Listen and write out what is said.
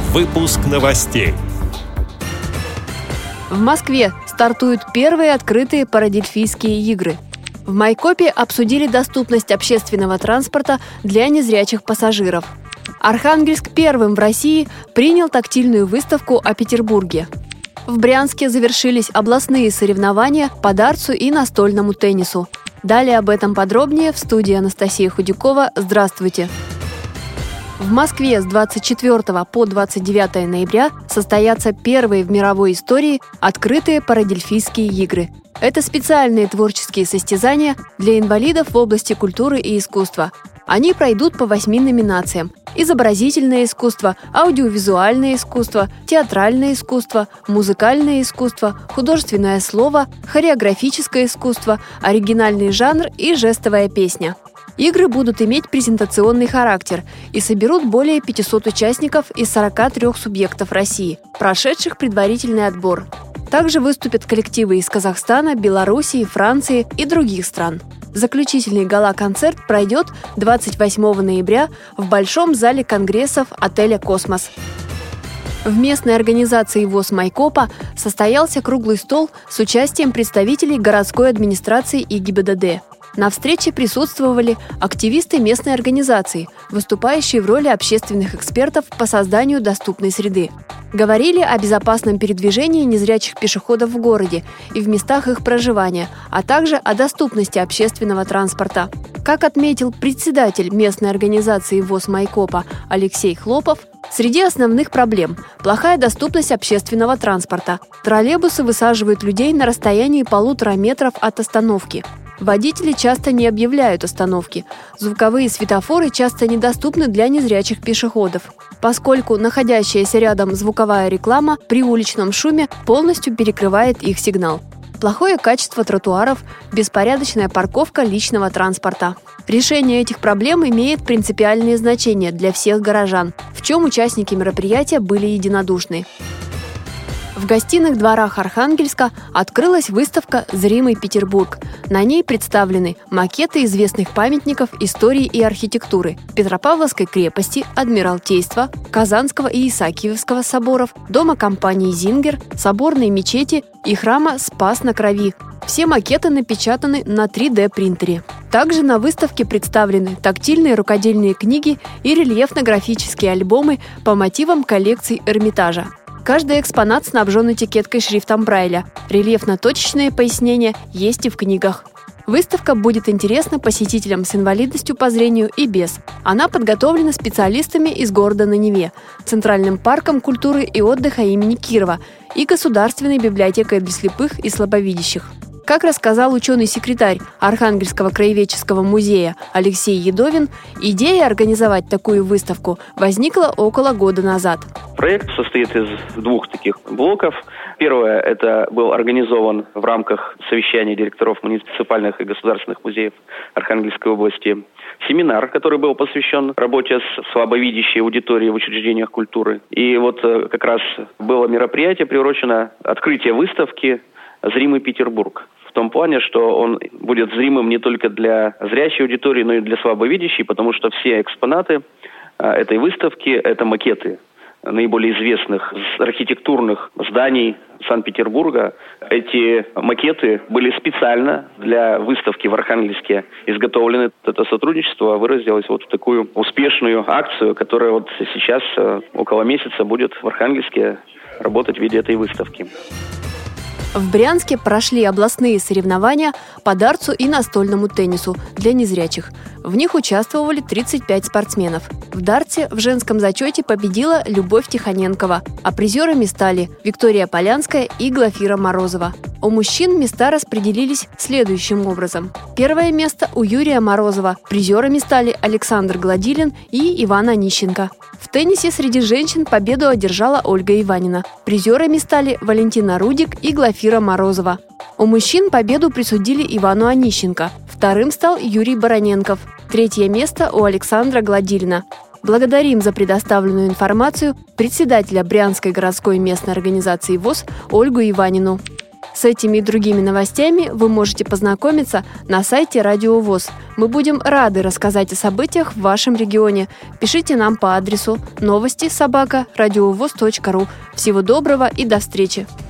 Выпуск новостей. В Москве стартуют первые открытые парадельфийские игры. В Майкопе обсудили доступность общественного транспорта для незрячих пассажиров. Архангельск первым в России принял тактильную выставку о Петербурге. В Брянске завершились областные соревнования по дартсу и настольному теннису. Далее об этом подробнее в студии Анастасия Худякова. Здравствуйте! В Москве с 24 по 29 ноября состоятся первые в мировой истории открытые парадельфийские игры. Это специальные творческие состязания для инвалидов в области культуры и искусства. Они пройдут по 8 номинациям: изобразительное искусство, аудиовизуальное искусство, театральное искусство, музыкальное искусство, художественное слово, хореографическое искусство, оригинальный жанр и жестовая песня. Игры будут иметь презентационный характер и соберут более 500 участников из 43 субъектов России, прошедших предварительный отбор. Также выступят коллективы из Казахстана, Белоруссии, Франции и других стран. Заключительный гала-концерт пройдет 28 ноября в Большом зале конгрессов отеля «Космос». В местной организации ВОС Майкопа состоялся круглый стол с участием представителей городской администрации и ГИБДД. На встрече присутствовали активисты местной организации, выступающие в роли общественных экспертов по созданию доступной среды. Говорили о безопасном передвижении незрячих пешеходов в городе и в местах их проживания, а также о доступности общественного транспорта. Как отметил председатель местной организации ВОС Майкопа Алексей Хлопов, среди основных проблем – плохая доступность общественного транспорта. Троллейбусы высаживают людей на расстоянии 1,5 метров от остановки. Водители часто не объявляют остановки. Звуковые светофоры часто недоступны для незрячих пешеходов, поскольку находящаяся рядом звуковая реклама при уличном шуме полностью перекрывает их сигнал. Плохое качество тротуаров, беспорядочная парковка личного транспорта. Решение этих проблем имеет принципиальное значение для всех горожан, в чем участники мероприятия были единодушны. В гостиных дворах Архангельска открылась выставка «Зримый Петербург». На ней представлены макеты известных памятников истории и архитектуры Петропавловской крепости, Адмиралтейства, Казанского и Исаакиевского соборов, дома компании «Зингер», соборной мечети и храма Спас на Крови. Все макеты напечатаны на 3D-принтере. Также на выставке представлены тактильные рукодельные книги и рельефно-графические альбомы по мотивам коллекций Эрмитажа. Каждый экспонат снабжен этикеткой шрифтом Брайля. Рельефно-точечные пояснения есть и в книгах. Выставка будет интересна посетителям с инвалидностью по зрению и без. Она подготовлена специалистами из города на Неве, Центральным парком культуры и отдыха имени Кирова и Государственной библиотекой для слепых и слабовидящих. Как рассказал ученый-секретарь Архангельского краеведческого музея Алексей Едовин, идея организовать такую выставку возникла около года назад. Проект состоит из двух таких блоков. Первое – это был организован в рамках совещания директоров муниципальных и государственных музеев Архангельской области семинар, который был посвящен работе с слабовидящей аудиторией в учреждениях культуры. И вот как раз было мероприятие, приурочено открытие выставки «Зримый Петербург». В том плане, что он будет зримым не только для зрячей аудитории, но и для слабовидящей, потому что все экспонаты этой выставки – это макеты наиболее известных архитектурных зданий Санкт-Петербурга. Эти макеты были специально для выставки в Архангельске изготовлены. Это сотрудничество выразилось вот в такую успешную акцию, которая вот сейчас около месяца будет в Архангельске работать в виде этой выставки. В Брянске прошли областные соревнования по дартсу и настольному теннису для незрячих. В них участвовали 35 спортсменов. В дартсе в женском зачете победила Любовь Тихоненкова, а призерами стали Виктория Полянская и Глафира Морозова. У мужчин места распределились следующим образом. Первое место у Юрия Морозова. Призерами стали Александр Гладилин и Иван Онищенко. В теннисе среди женщин победу одержала Ольга Иванина. Призерами стали Валентина Рудик и Глафира Морозова. У мужчин победу присудили Ивану Онищенко. Вторым стал Юрий Бароненков. Третье место у Александра Гладилина. Благодарим за предоставленную информацию председателя Брянской городской местной организации ВОС Ольгу Иванину. С этими и другими новостями вы можете познакомиться на сайте Радио ВОС. Мы будем рады рассказать о событиях в вашем регионе. Пишите нам по адресу новости@радиовос.ру. Всего доброго и до встречи!